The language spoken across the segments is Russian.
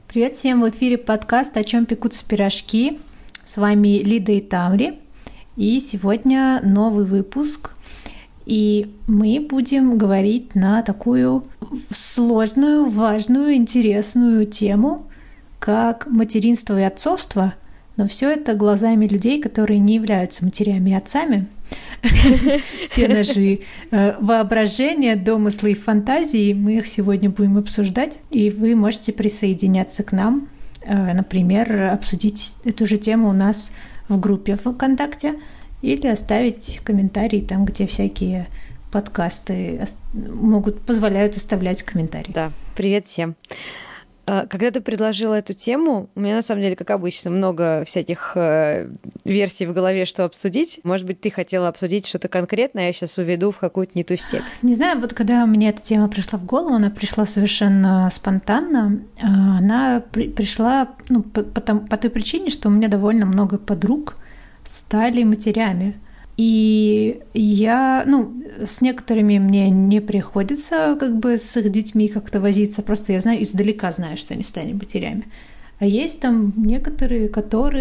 Привет всем, в эфире подкаст «О чем пекутся пирожки». С вами Лида и Тамри. И сегодня новый выпуск. И мы будем говорить на такую сложную, важную, интересную тему, как материнство и отцовство, но все это глазами людей, которые не являются матерями и отцами. Все наши воображения, домыслы и фантазии, мы их сегодня будем обсуждать, и вы можете присоединяться к нам, например, обсудить эту же тему у нас в группе ВКонтакте или оставить комментарии там, где всякие подкасты позволяют оставлять комментарии. Да, привет всем. Когда ты предложила эту тему, у меня, на самом деле, как обычно, много всяких версий в голове, что обсудить. Может быть, ты хотела обсудить что-то конкретное, а я сейчас уведу в какую-то не ту степь. Не знаю, вот когда мне эта тема пришла в голову, она пришла совершенно спонтанно. Она пришла по той причине, что у меня довольно много подруг стали матерями. И я, с некоторыми мне не приходится с их детьми как-то возиться, просто я издалека знаю, что они стали матерями. А есть там некоторые,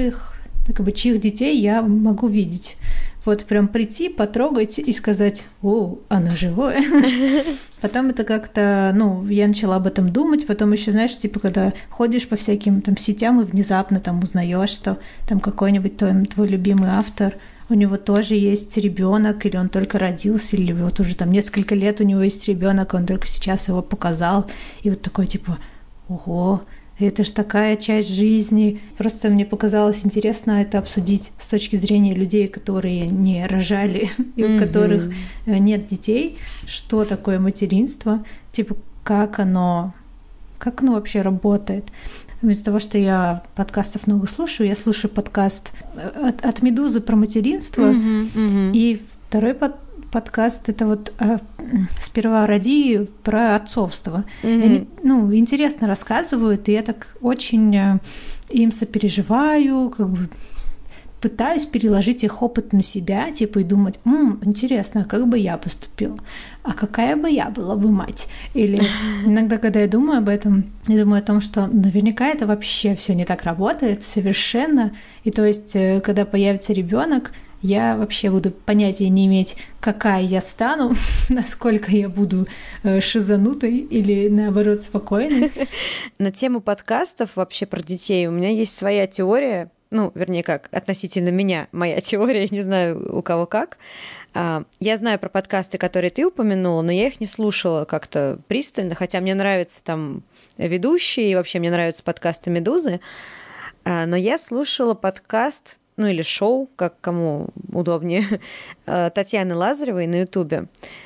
чьих детей я могу видеть. Вот прям прийти, потрогать и сказать: «О, оно живое». Потом это как-то, я начала об этом думать, потом еще, когда ходишь по всяким там сетям и внезапно там узнаешь, что там какой-нибудь твой любимый автор, у него тоже есть ребенок, или он только родился, или вот уже там несколько лет у него есть ребенок, он только сейчас его показал, и вот такой ого, это ж такая часть жизни. Просто мне показалось интересно это обсудить с точки зрения людей, которые не рожали, и у которых нет детей, что такое материнство, как оно вообще работает. Из-за того, что я подкастов много слушаю, я слушаю подкаст от «Медузы» про материнство, и второй подкаст — это вот «Сперва роди» про отцовство. И они, интересно рассказывают, и я так очень им сопереживаю, пытаюсь переложить их опыт на себя, и думать: интересно, а как бы я поступила? А какая бы я была бы мать? Или иногда, когда я думаю об этом, я думаю о том, что наверняка это вообще все не так работает совершенно. И то есть, когда появится ребенок, я вообще буду понятия не иметь, какая я стану, насколько я буду шизанутой или, наоборот, спокойной. На тему подкастов вообще про детей у меня есть своя теория. Относительно меня, моя теория, не знаю, у кого как. Я знаю про подкасты, которые ты упомянула, но я их не слушала как-то пристально, хотя мне нравятся там ведущие, и вообще мне нравятся подкасты «Медузы». Но я слушала подкаст, или шоу, как кому удобнее, Татьяны Лазаревой на Ютубе.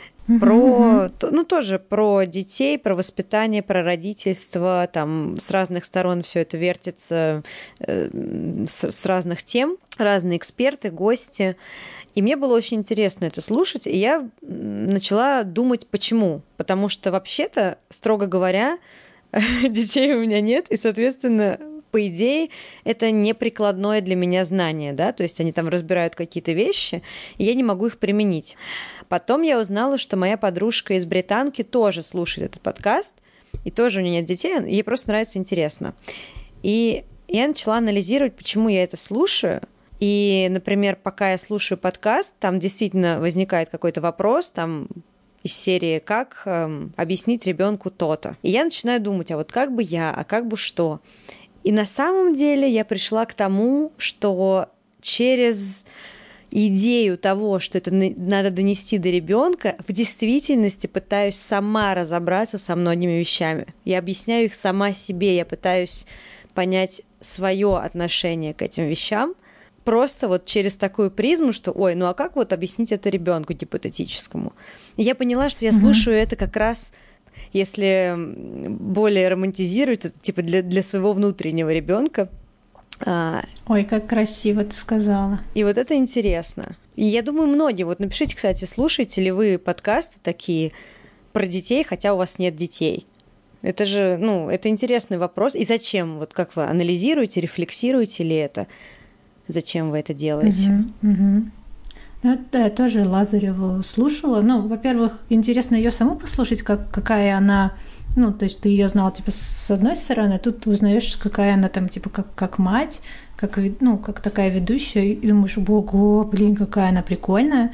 Тоже про детей, про воспитание, про родительство, там с разных сторон все это вертится, с разных тем, разные эксперты, гости. И мне было очень интересно это слушать, и я начала думать, почему. Потому что вообще-то, строго говоря, детей у меня нет, и, соответственно, по идее, это неприкладное для меня знание, да, то есть они там разбирают какие-то вещи, и я не могу их применить. Потом я узнала, что моя подружка из Британки тоже слушает этот подкаст, и тоже у нее нет детей, ей просто нравится, интересно. И я начала анализировать, почему я это слушаю. И, например, пока я слушаю подкаст, там действительно возникает какой-то вопрос, там из серии «Как объяснить ребенку то-то?». И я начинаю думать, а вот как бы я, а как бы что? И на самом деле я пришла к тому, что через идею того, что это надо донести до ребенка, в действительности пытаюсь сама разобраться со многими вещами. Я объясняю их сама себе, я пытаюсь понять свое отношение к этим вещам, просто вот через такую призму, что а как вот объяснить это ребенку гипотетическому? И я поняла, что я слушаю это как раз, если более романтизировать, это для своего внутреннего ребенка. Ой, как красиво ты сказала. И вот это интересно. И я думаю, многие, напишите, кстати, слушаете ли вы подкасты такие про детей, хотя у вас нет детей? Это же, это интересный вопрос. И зачем? Как вы анализируете, рефлексируете ли это? Зачем вы это делаете? Я тоже Лазареву слушала. Во-первых, интересно ее саму послушать, какая она Ну, то есть ты ее знал, типа, с одной стороны, а тут ты узнаешь, какая она там, типа, как мать, ну, как такая ведущая, и думаешь, ого, блин, какая она прикольная.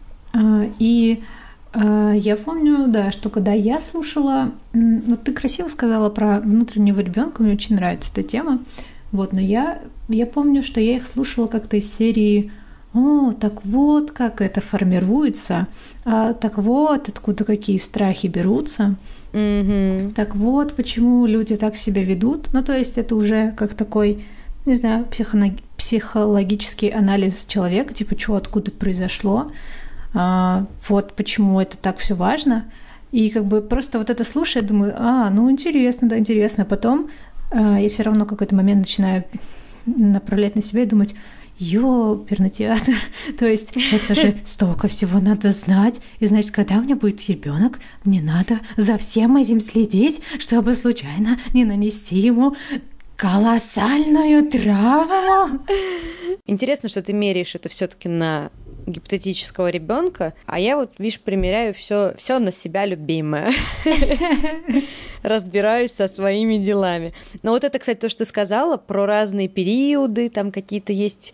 И я помню, да, что когда я слушала... Вот ты красиво сказала про внутреннего ребенка, мне очень нравится эта тема. Вот, но я помню, что я их слушала как-то из серии «О, так вот, как это формируется, так вот, откуда какие страхи берутся». Mm-hmm. Так вот, почему люди так себя ведут. Ну, то есть это уже как такой, не знаю, психологический анализ человека, типа, что откуда произошло, вот почему это так все важно. И как бы просто вот это слушая, думаю, ну интересно, да, интересно. А потом я все равно в какой-то момент начинаю направлять на себя и думать, ёперный театр. То есть это же столько всего надо знать. И значит, когда у меня будет ребенок, мне надо за всем этим следить, чтобы случайно не нанести ему колоссальную травму. Интересно, что ты меряешь это все-таки на гипотетического ребенка, а я вот, видишь, примеряю все на себя, любимая. Разбираюсь со своими делами. Но вот это, кстати, то, что ты сказала про разные периоды, там какие-то есть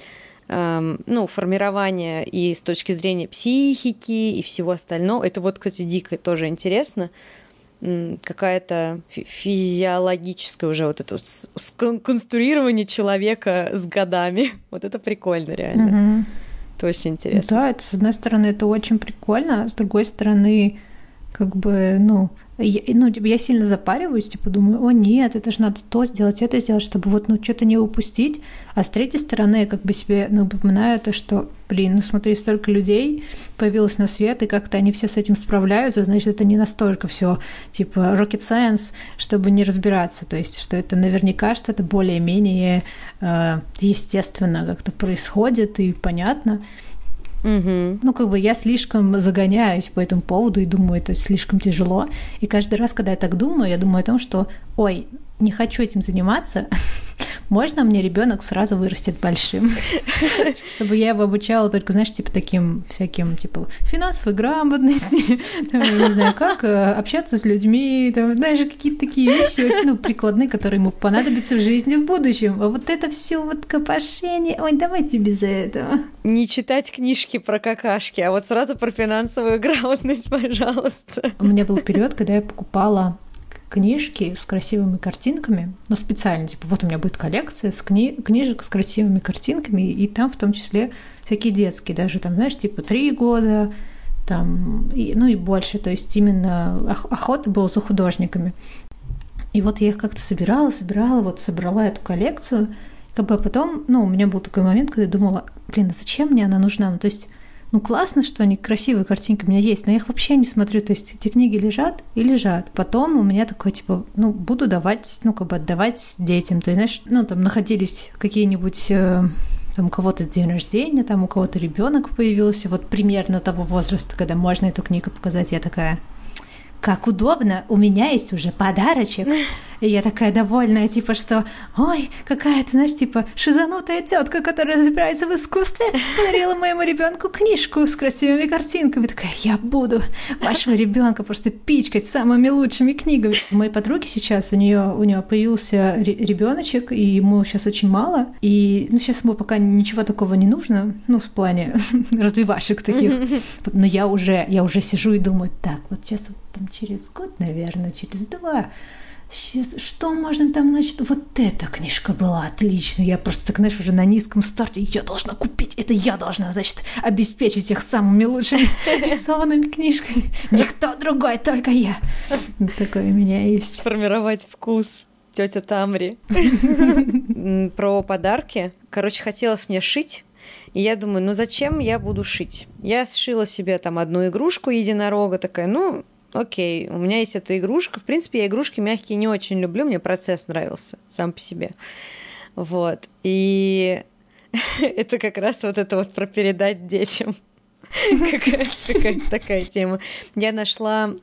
формирование и с точки зрения психики и всего остального. Это вот, кстати, дико тоже интересно. Какая-то физиологическая уже вот это вот конструирование человека с годами. Вот это прикольно, реально. Это очень интересно. Да, это, с одной стороны, это очень прикольно, а с другой стороны, как бы, я сильно запариваюсь, типа, думаю, о, нет, это же надо то сделать, это сделать, чтобы вот, что-то не упустить. А с третьей стороны, я как бы себе напоминаю то, что, блин, смотри, столько людей появилось на свет, и как-то они все с этим справляются, значит, это не настолько все типа rocket science, чтобы не разбираться. То есть, что это наверняка что-то более-менее естественно как-то происходит и понятно. Ну, как бы я слишком загоняюсь по этому поводу и думаю, это слишком тяжело. И каждый раз, когда я так думаю, я думаю о том, что, ой, не хочу этим заниматься, можно мне ребенок сразу вырастет большим, чтобы я его обучала только, знаешь, типа таким всяким, типа финансовой грамотности, не знаю, как общаться с людьми, там, знаешь, какие-то такие вещи, прикладные, которые ему понадобятся в жизни в будущем. А вот это все вот копошение, ой, давайте без этого. Не читать книжки про какашки, а вот сразу про финансовую грамотность, пожалуйста. У меня был период, когда я покупала книжки с красивыми картинками, но специально, типа, вот у меня будет коллекция книжек с красивыми картинками, и там в том числе всякие детские, даже там, знаешь, типа 3 года, там, и больше, то есть именно охота была за художниками. И вот я их как-то собирала, собрала эту коллекцию, как бы, а потом, у меня был такой момент, когда я думала, блин, а зачем мне она нужна? То есть классно, что они красивые картинки у меня есть, но я их вообще не смотрю. То есть эти книги лежат и лежат. Потом у меня такое, типа, буду давать, отдавать детям. То есть, знаешь, там находились какие-нибудь там у кого-то день рождения, там у кого-то ребенок появился, вот примерно того возраста, когда можно эту книгу показать. Я такая, как удобно, у меня есть уже подарочек. И я такая довольная, типа, что, ой, какая-то, знаешь, типа, шизанутая тетка, которая разбирается в искусстве, подарила моему ребенку книжку с красивыми картинками. Такая, я буду вашего ребенка просто пичкать самыми лучшими книгами. У моей подруги сейчас, у нее появился ребеночек, и ему сейчас очень мало. И, сейчас ему пока ничего такого не нужно, в плане развивашек таких. Но я уже сижу и думаю, так, вот сейчас вот там через год, наверное, через 2, сейчас, что можно там, значит, вот эта книжка была отличная, я просто, так, знаешь, уже на низком старте, я должна купить, это я должна, значит, обеспечить их самыми лучшими рисованными книжками, никто другой, только я. Такое у меня есть. Сформировать вкус. Тетя Тамри. Про подарки. Короче, хотелось мне шить. И я думаю, зачем я буду шить? Я сшила себе там одну игрушку единорога, такая, окей, у меня есть эта игрушка. В принципе, я игрушки мягкие не очень люблю, мне процесс нравился сам по себе. Вот. И это как раз вот это вот про передать детям. Какая-то такая тема. Я нашла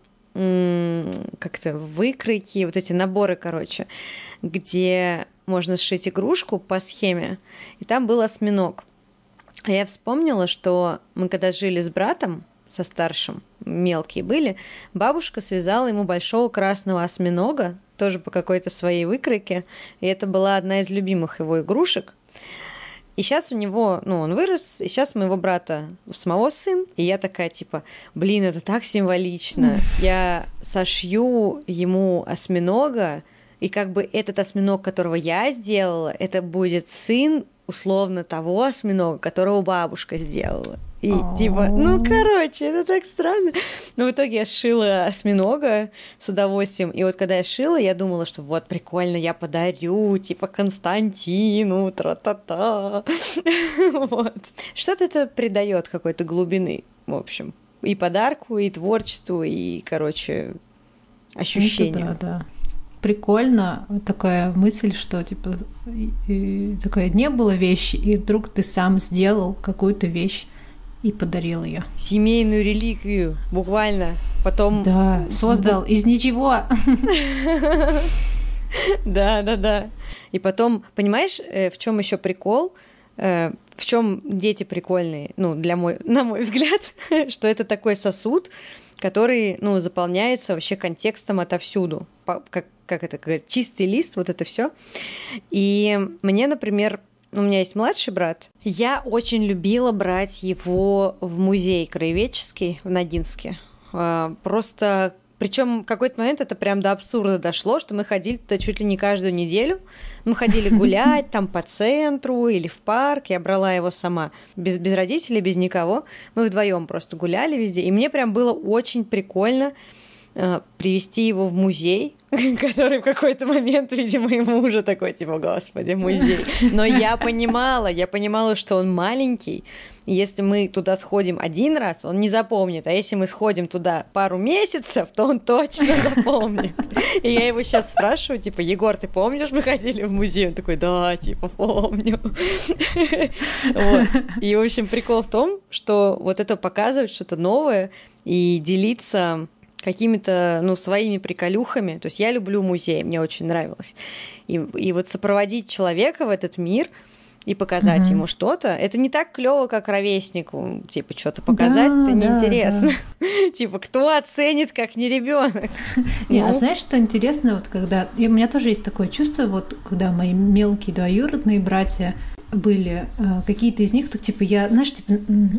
как-то выкройки, вот эти наборы, короче, где можно сшить игрушку по схеме, и там был осьминог. А я вспомнила, что мы когда жили с братом, со старшим мелкие были, бабушка связала ему большого красного осьминога, тоже по какой-то своей выкройке, и это была одна из любимых его игрушек. И сейчас у него, он вырос, и сейчас у моего брата самого сын, и я такая, типа, блин, это так символично, я сошью ему осьминога, и как бы этот осьминог, которого я сделала, это будет сын, условно, того осьминога, которого бабушка сделала. И типа, короче, это так странно. Но в итоге я сшила осьминога с удовольствием. И вот когда я шила, я думала, что вот прикольно, я подарю, типа, Константину, тра-та-та. Вот. Что-то это придает какой-то глубины, в общем. И подарку, и творчеству, и, короче, ощущению. Да. Прикольно такая мысль, что типа такая не было вещи, и вдруг ты сам сделал какую-то вещь и подарил ее. Семейную реликвию, буквально. Потом... Да, создал из ничего. Да. И потом, понимаешь, в чем еще прикол? В чем дети прикольные, на мой взгляд, что это такой сосуд, который, заполняется вообще контекстом отовсюду. Как это говорит, чистый лист, вот это все. И мне, например, у меня есть младший брат. Я очень любила брать его в музей краеведческий в Ногинске. Просто, причем в какой-то момент это прям до абсурда дошло, что мы ходили туда чуть ли не каждую неделю. Мы ходили гулять там по центру или в парк. Я брала его сама, без родителей, без никого. Мы вдвоем просто гуляли везде. И мне прям было очень прикольно привести его в музей, который в какой-то момент, видимо, ему уже такой, типа, господи, музей. Но я понимала, что он маленький, и если мы туда сходим один раз, он не запомнит, а если мы сходим туда пару месяцев, то он точно запомнит. И я его сейчас спрашиваю, типа, Егор, ты помнишь, мы ходили в музей? Он такой, да, типа, помню. И, в общем, прикол в том, что вот это показывает что-то новое и делиться какими-то, своими приколюхами. То есть я люблю музей, мне очень нравилось. И вот сопроводить человека в этот мир и показать ему что-то, это не так клево, как ровеснику. Типа, что-то показать-то неинтересно. Да. Типа, кто оценит, как не ребенок? А знаешь, что интересно, вот когда... У меня тоже есть такое чувство, вот когда мои мелкие двоюродные братья были, какие-то из них, так, типа, я, знаешь, типа,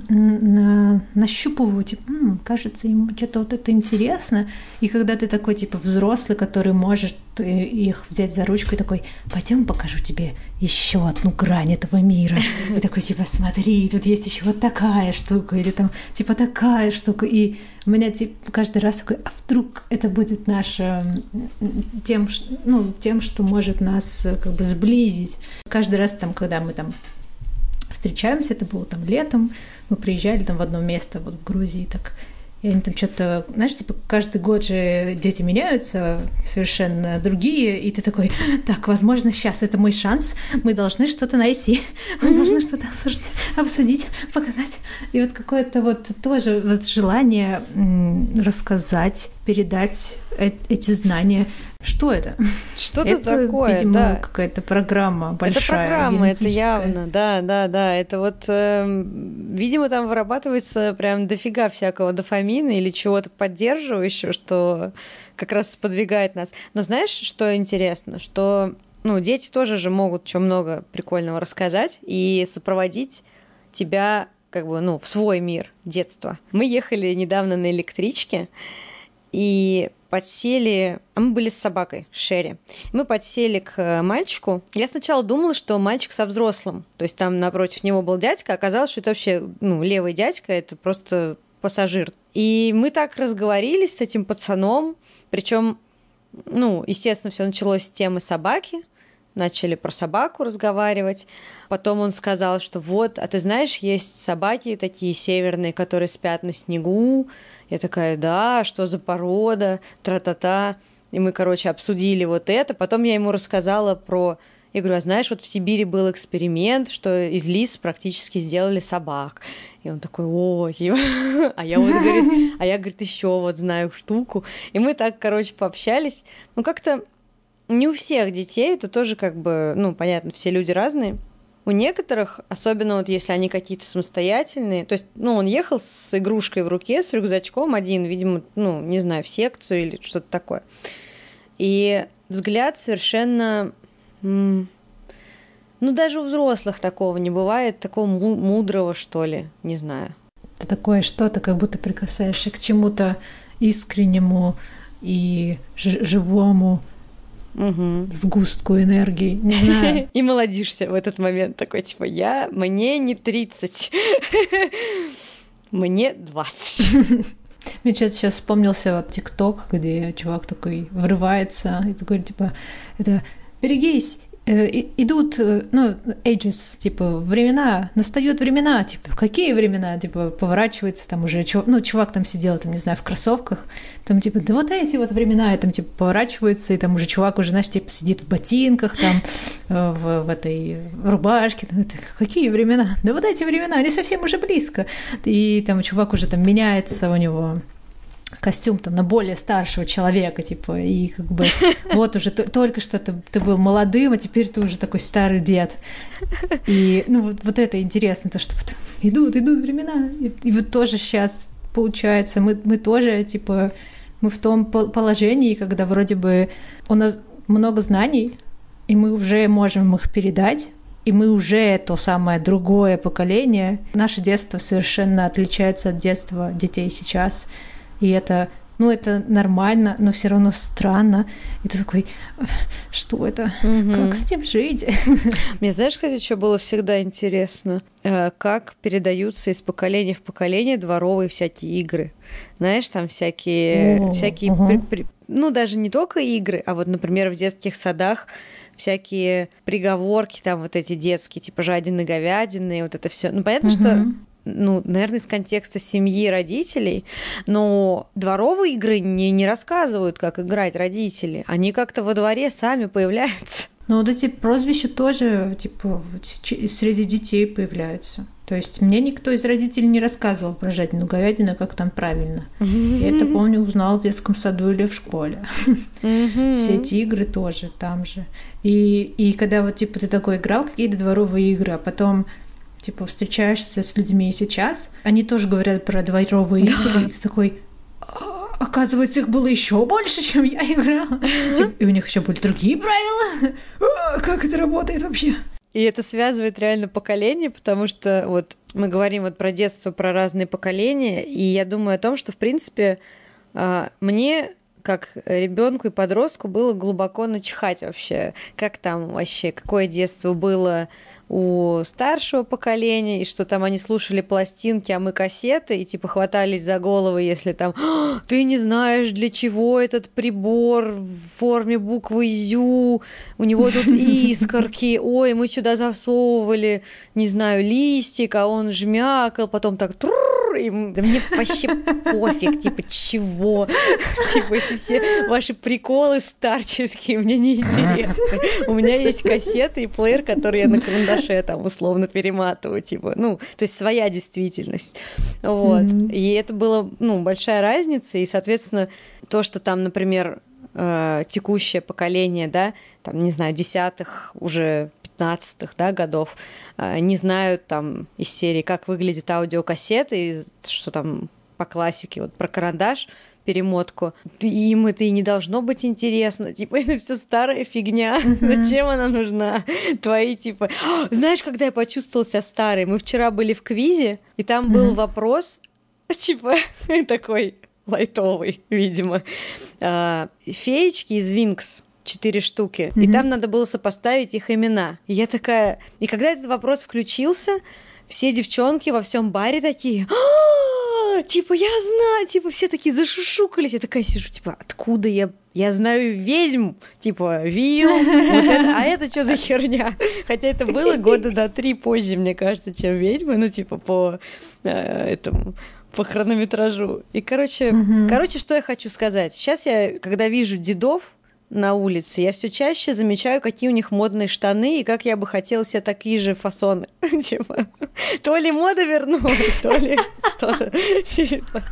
нащупываю, типа, кажется, ему что-то вот это интересно. И когда ты такой, типа, взрослый, который может их взять за ручку и такой, пойдем покажу тебе еще одну грань этого мира. И такой, типа, смотри, тут есть еще вот такая штука, или там, типа, такая штука. И у меня, типа, каждый раз такой, а вдруг это будет наше тем, что может нас как бы сблизить. Каждый раз там, когда мы там встречаемся, это было там летом, мы приезжали там в одно место, вот в Грузии, так, и они там что-то, знаешь, типа, каждый год же дети меняются, совершенно другие, и ты такой, так, возможно, сейчас это мой шанс, мы должны что-то найти, мы должны что-то обсудить, показать. И вот какое-то вот тоже вот желание рассказать, передать эти знания. Что это? Что-то это такое, видимо, да. Какая-то программа большая. Это программа, это явно, да. Это вот, видимо, там вырабатывается прям дофига всякого дофамина или чего-то поддерживающего, что как раз сподвигает нас. Но знаешь, что интересно? Что, дети тоже же могут очень много прикольного рассказать и сопроводить тебя как бы, в свой мир детства. Мы ехали недавно на электричке, и подсели... А мы были с собакой, Шерри. Мы подсели к мальчику. Я сначала думала, что мальчик со взрослым. То есть там напротив него был дядька. Оказалось, что это вообще левый дядька. Это просто пассажир. И мы так разговорились с этим пацаном. Причем, естественно, все началось с темы собаки. Начали про собаку разговаривать. Потом он сказал, что вот, а ты знаешь, есть собаки такие северные, которые спят на снегу. Я такая, да, что за порода, тра-та-та. И мы, обсудили вот это. Потом я ему рассказала про... Я говорю, а знаешь, вот в Сибири был эксперимент, что из лис практически сделали собак. И он такой, ой, а я говорит, еще вот знаю штуку. И мы так, пообщались. Как-то не у всех детей, это тоже понятно, все люди разные. у некоторых, особенно вот если они какие-то самостоятельные, то есть, ну, он ехал с игрушкой в руке, с рюкзачком один, видимо, ну, не знаю, в секцию или что-то такое. И взгляд совершенно... Ну, даже у взрослых такого не бывает, такого мудрого, что ли, не знаю. Это такое что-то, как будто прикасаешься к чему-то искреннему и живому, сгустку энергии, не знаю. И молодишься в этот момент, такой, типа, мне не 30, мне 20. Мне сейчас вспомнился вот ТикТок, где чувак такой врывается и такой, типа, это «берегись, идут, ну, ages, типа, времена, настают времена», типа, какие времена, типа, поворачивается, там уже, чувак там сидел, там, не знаю, в кроссовках, там, типа, да вот эти вот времена, и там, типа, поворачивается, и там уже чувак уже, знаешь, типа, сидит в ботинках, там, в этой рубашке, там, какие времена, да вот эти времена, они совсем уже близко, и там чувак уже там меняется у него костюм там на более старшего человека, типа, и как бы вот уже только что ты был молодым, а теперь ты уже такой старый дед. И, ну, вот это интересно, то, что вот идут времена. И вот тоже сейчас, получается, мы тоже, типа, мы в том положении, когда вроде бы у нас много знаний, и мы уже можем их передать, и мы уже то самое другое поколение. Наше детство совершенно отличается от детства детей сейчас. И это, ну, это нормально, но все равно странно. И ты такой, что это? Как с этим жить? Мне, знаешь, кстати, что было всегда интересно? Как передаются из поколения в поколение дворовые всякие игры. Знаешь, там всякие ну, даже не только игры, а вот, например, в детских садах всякие приговорки, там вот эти детские, типа жадины, говядины, вот это все. Ну, понятно, что... Ну, наверное, из контекста семьи родителей, но дворовые игры не рассказывают, как играть родители. Они как-то во дворе сами появляются. Ну, вот эти прозвища тоже, типа, среди детей появляются. То есть мне никто из родителей не рассказывал про жадину, говядину, как там правильно. Я это, помню, узнала в детском саду или в школе. Все эти игры тоже там же. И когда вот, типа, ты такой играл какие-то дворовые игры, а потом... типа, встречаешься с людьми сейчас, они тоже говорят про дворовые игры, и ты такой, оказывается, их было еще больше, чем я играла. И у них еще были другие правила. Как это работает вообще? И это связывает реально поколения, потому что вот мы говорим вот про детство, про разные поколения, и я думаю о том, что, в принципе, мне... как ребенку и подростку было глубоко начихать вообще, как там вообще, какое детство было у старшего поколения, и что там они слушали пластинки, а мы кассеты, и типа хватались за головы, если там ты не знаешь, для чего этот прибор в форме буквы «Зю», у него тут искорки, ой, мы сюда засовывали, не знаю, листик, а он жмякал, потом так и да мне вообще пофиг, типа, чего? Типа, эти все ваши приколы старческие мне не интересны. У меня есть кассеты и плеер, который я на карандаше там условно перематываю, типа, ну, то есть своя действительность. Вот. И это была, ну, большая разница, и, соответственно, то, что там, например, текущее поколение, да, там, не знаю, десятых, уже 15-х, да, годов, не знают там из серии, как выглядит аудиокассета, и что там по классике, вот про карандаш, перемотку. Им это и не должно быть интересно. Типа, это все старая фигня. Зачем она нужна? Твои, типа... Знаешь, когда я почувствовала себя старой? Мы вчера были в квизе, и там был вопрос, типа, такой лайтовый, видимо. Феечки из Винкс. 4 штуки. И там надо было сопоставить их имена. И я такая... И когда этот вопрос включился, все девчонки во всем баре такие... Типа, я знаю, типа, все такие зашушукались. Я такая сижу, типа, откуда я знаю ведьм, типа, Вилл, вот это, а это что за херня? Хотя это было года на 3 позже, мне кажется, чем ведьмы, ну, типа, по этому... по хронометражу. И, короче, что я хочу сказать. Сейчас я, когда вижу дедов на улице, я все чаще замечаю, какие у них модные штаны, и как я бы хотела себе такие же фасоны. Типа, то ли мода вернулась, то ли что-то.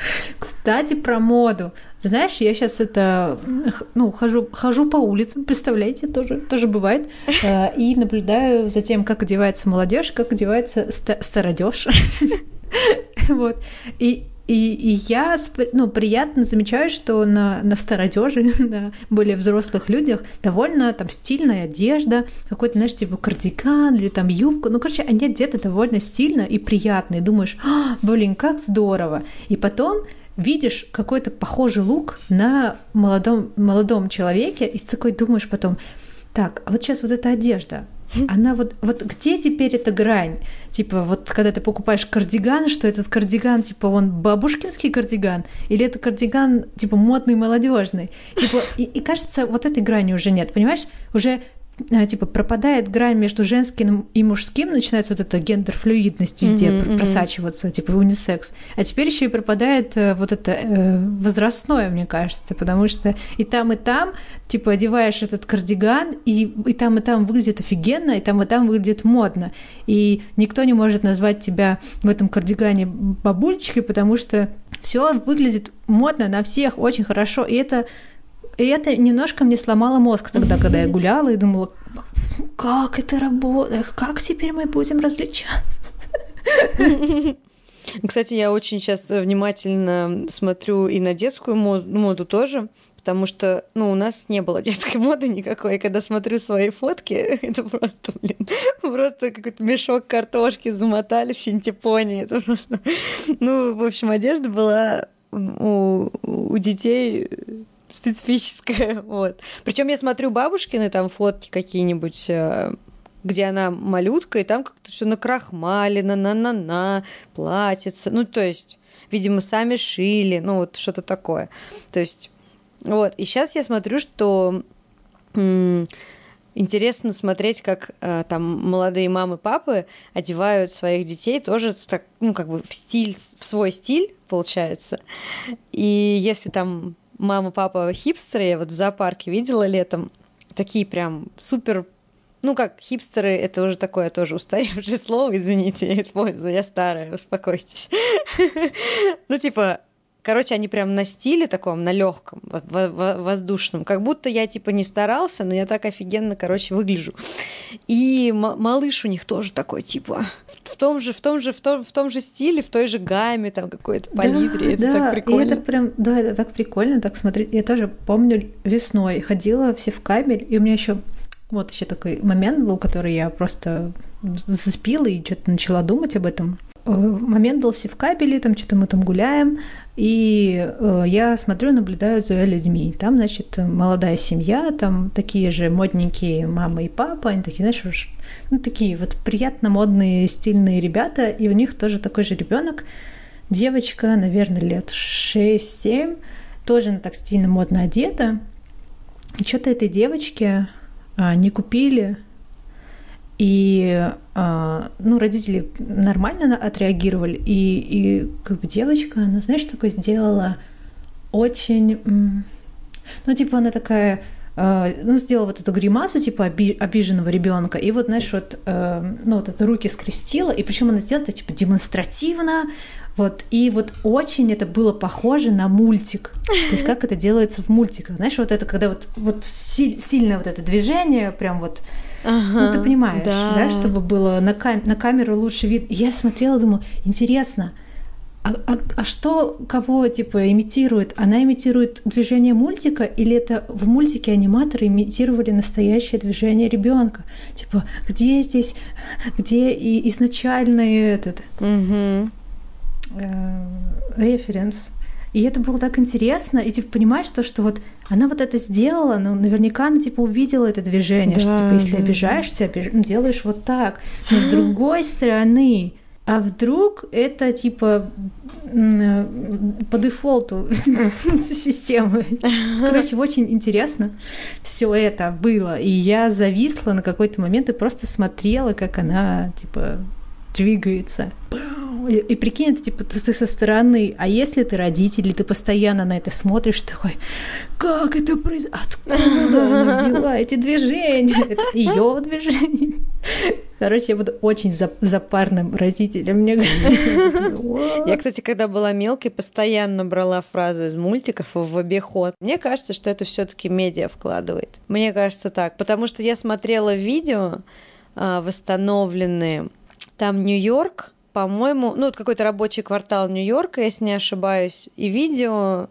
Кстати, про моду. Знаешь, я сейчас хожу по улицам, представляете, тоже бывает, и наблюдаю за тем, как одевается молодежь, как одевается стародежь. Вот. И я приятно замечаю, что на стародёже, на более взрослых людях довольно там стильная одежда, какой-то, знаешь, типа кардиган или там юбка. Ну, короче, они одеты довольно стильно и приятно. И думаешь, блин, как здорово. И потом видишь какой-то похожий лук на молодом человеке, и ты такой думаешь потом, так, а вот сейчас вот эта одежда, она вот где теперь эта грань? Типа, вот когда ты покупаешь кардиган, что этот кардиган, типа, он бабушкинский кардиган, или это кардиган, типа, модный, молодежный? Типа, и кажется, вот этой грани уже нет, понимаешь? Уже типа пропадает грань между женским и мужским, начинается вот эта гендер-флюидность везде просачиваться, типа унисекс. А теперь еще и пропадает вот это возрастное, мне кажется, потому что и там, типа, одеваешь этот кардиган, и там выглядит офигенно, и там выглядит модно. И никто не может назвать тебя в этом кардигане бабулечкой, потому что все выглядит модно на всех, очень хорошо. И это немножко мне сломало мозг тогда, когда я гуляла и думала, как это работает, как теперь мы будем различаться? Кстати, я очень сейчас внимательно смотрю и на детскую моду тоже, потому что, у нас не было детской моды никакой. И когда смотрю свои фотки, это просто какой-то мешок картошки замотали в синтепоне. Это просто... в общем, одежда была у детей... специфическая, вот. Причем я смотрю бабушкины там фотки какие-нибудь, где она малютка, и там как-то все накрахмалено, на платьице. То есть, видимо, сами шили, вот что-то такое. То есть, вот. И сейчас я смотрю, что интересно смотреть, как там молодые мамы, папы одевают своих детей тоже так, в свой стиль, получается. И если там мама, папа хипстеры, я вот в зоопарке видела летом, такие прям супер, как хипстеры, это уже такое тоже устаревшее слово, извините, я использую, я старая, успокойтесь. Короче, они прям на стиле таком, на легком, воздушном, как будто я не старался, но я так офигенно, выгляжу. И малыш у них тоже такой, в том же стиле, в той же гамме, там какой-то палитре. Это так прикольно. Это так прикольно, так смотреть. Я тоже помню, весной ходила все в Камель, и у меня еще такой момент был, который я просто заспила и что-то начала думать об этом. Момент был все в Кабеле, там что-то мы там гуляем, и я смотрю, наблюдаю за людьми. Там, значит, молодая семья, там такие же модненькие мама и папа, они такие, знаешь, такие вот приятно модные, стильные ребята, и у них тоже такой же ребенок, девочка, наверное, лет 6-7, тоже она так стильно, модно одета, и что-то этой девочке не купили. И родители нормально отреагировали, и как бы девочка, она, знаешь, такое сделала очень... она такая... сделала вот эту гримасу, типа, обиженного ребенка, и вот, знаешь, вот это руки скрестила, и причем она сделала это, типа, демонстративно, вот, и вот очень это было похоже на мультик. То есть как это делается в мультиках. Знаешь, вот это, когда вот сильное вот это движение, прям вот... ты понимаешь, да, чтобы было на камеру лучше вид. И я смотрела, думаю, интересно, а что, кого, имитирует? Она имитирует движение мультика, или это в мультике аниматоры имитировали настоящее движение ребенка? Где здесь, где и изначальный этот референс? И это было так интересно, и понимаешь, что вот она вот это сделала, наверняка она увидела это движение, что если обижаешься, делаешь вот так. Но с другой стороны, а вдруг это по дефолту системы. Короче, очень интересно все это было. И я зависла на какой-то момент и просто смотрела, как она двигается. И прикинь, это ты со стороны, а если ты родитель, и ты постоянно на это смотришь, такой, как это произошло? Откуда она взяла эти движения? Это её движения. Короче, я буду очень запарным родителем, мне кажется. Я, кстати, когда была мелкой, постоянно брала фразу из мультиков в обиход. Мне кажется, что это все-таки медиа вкладывает. Мне кажется так. Потому что я смотрела видео восстановленные. Там Нью-Йорк, по-моему, ну, вот какой-то рабочий квартал Нью-Йорка, если не ошибаюсь, и видео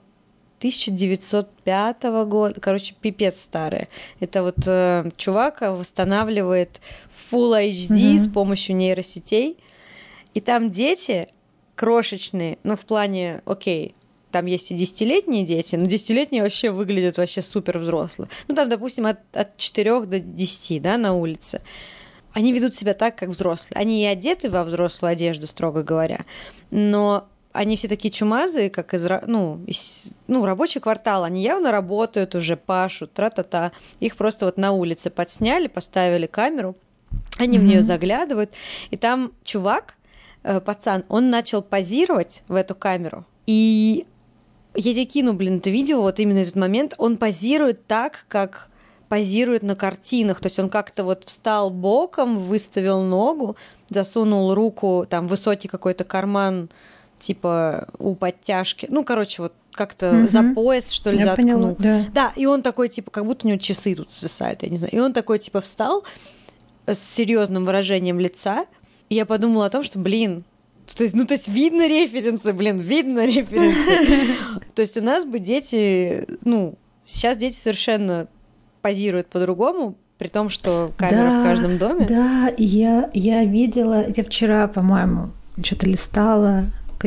1905 года, короче, пипец старое. Это вот чувак восстанавливает Full HD с помощью нейросетей, и там дети крошечные, ну, в плане, окей, там есть и 10-летние дети, но 10-летние вообще выглядят вообще супер взрослые. Ну, там, допустим, от 4 до 10, да, на улице. Они ведут себя так, как взрослые. Они и одеты во взрослую одежду, строго говоря, но они все такие чумазые, как из рабочий квартал. Они явно работают уже, пашут, тра-та-та. Их просто вот на улице подсняли, поставили камеру, они в нее заглядывают, и там чувак, пацан, он начал позировать в эту камеру, и я тебе кину, это видео, вот именно этот момент, он позирует так, как позирует на картинах, то есть он как-то вот встал боком, выставил ногу, засунул руку, там высокий какой-то карман, типа у подтяжки, ну, короче, вот как-то за пояс, что ли, я заткнул. Поняла, да, и он такой, типа, как будто у него часы тут свисают, я не знаю, и он такой, типа, встал с серьезным выражением лица, и я подумала о том, что, то есть видно референсы, видно референсы. То есть у нас бы дети, сейчас дети совершенно позируют по-другому, при том, что камера в каждом доме. Да, я видела, я вчера, по-моему, что-то листала,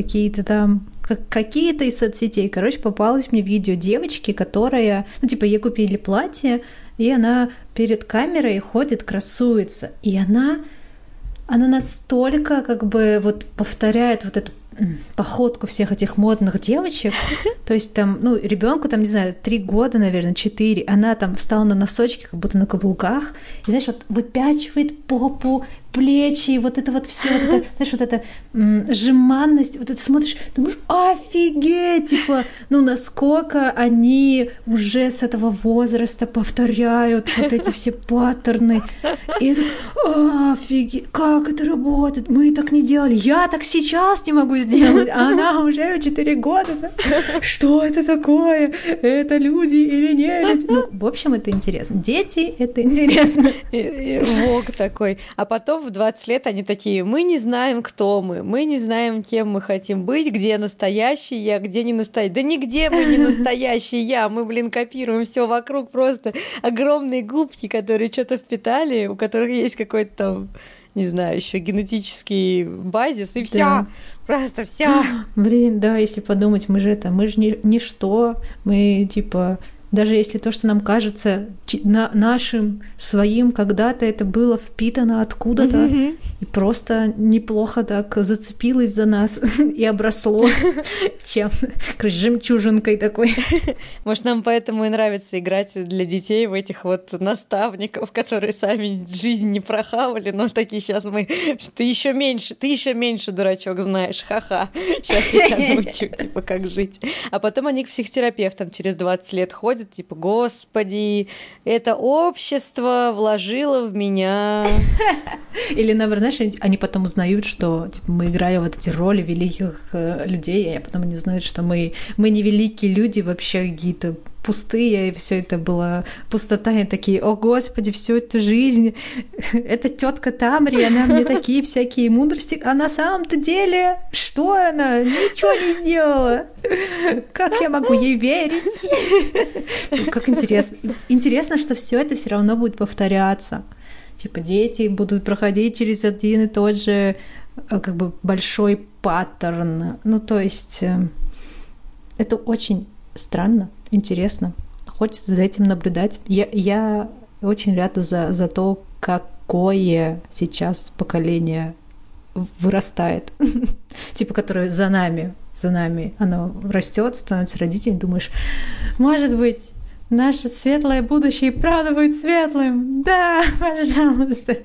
какие-то из соцсетей. Короче, попалось мне видео девочки, которая, ей купили платье, и она перед камерой ходит, красуется. И она настолько повторяет вот эту походку всех этих модных девочек. То есть там, ребенку там, не знаю, 3 года, наверное, 4. Она там встала на носочки, как будто на каблуках. И, знаешь, вот выпячивает попу, плечи, вот это вот все, вот это жеманность, вот это смотришь, думаешь, офигеть, насколько они уже с этого возраста повторяют вот эти все паттерны. И я так, офигеть, как это работает? Мы так не делали. Я так сейчас не могу сделать, а она уже 4 года. Да? Что это такое? Это люди или не люди? В общем, это интересно. Дети — это интересно. Вог такой. А потом в 20 лет они такие: мы не знаем, кто мы не знаем, кем мы хотим быть, где настоящий я, где не настоящий. Да нигде мы не настоящий я, мы, копируем все вокруг, просто огромные губки, которые что-то впитали, у которых есть какой-то там, не знаю, еще генетический базис, и все, просто все. Да, если подумать, мы же ничто, мы даже если то, что нам кажется нашим, своим, когда-то это было впитано откуда-то и просто неплохо так зацепилось за нас и обросло жемчужинкой такой. Может, нам поэтому и нравится играть для детей в этих вот наставников, которые сами жизнь не прохавали, но такие: сейчас ты еще меньше, дурачок, знаешь, ха-ха, сейчас я тебя научу, как жить. А потом они к психотерапевтам через 20 лет ходят, господи, это общество вложило в меня. Или, наверное, знаешь, они потом узнают, что мы играли вот эти роли великих людей, а потом они узнают, что мы не великие люди, вообще какие-то пустые, и все это была пустота, и такие: о господи, всю эту жизнь эта тетка Тамри, она мне такие всякие мудрости, а на самом-то деле что она? Ничего не сделала. Как я могу ей верить? Как интересно. Интересно, что все это все равно будет повторяться. Дети будут проходить через один и тот же большой паттерн. То есть это очень странно, интересно. Хочется за этим наблюдать. Я очень рада за то, какое сейчас поколение вырастает. Которое за нами. Оно растет, становится родителем. Думаешь, может быть, наше светлое будущее и правда будет светлым? Да, пожалуйста.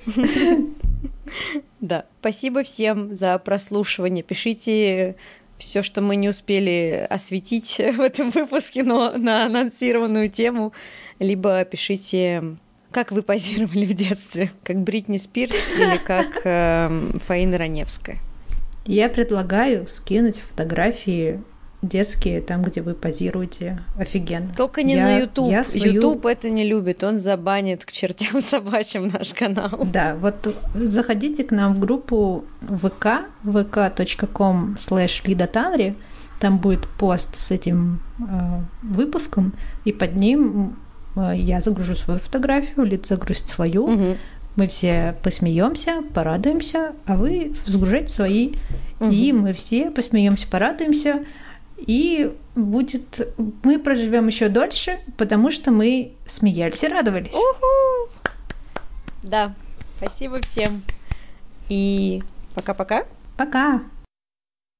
Да, спасибо всем за прослушивание. Пишите все, что мы не успели осветить в этом выпуске, но на анонсированную тему, либо пишите Как вы позировали в детстве? Как Бритни Спирс или как Фаина Раневская? Я предлагаю скинуть фотографии детские, там, где вы позируете. Офигенно. Только не на YouTube. YouTube это не любит, он забанит к чертям собачьим наш канал. Да, вот заходите к нам в группу ВК, vk.com/LidaTanri, там будет пост с этим выпуском, и под ним я загружу свою фотографию, Лида загрузит свою. Угу. Мы все посмеемся, порадуемся, а вы загружайте свои, и мы все посмеемся, порадуемся. И будет... Мы проживем еще дольше, потому что мы смеялись и радовались. Уху! Да, спасибо всем. И пока-пока. Пока.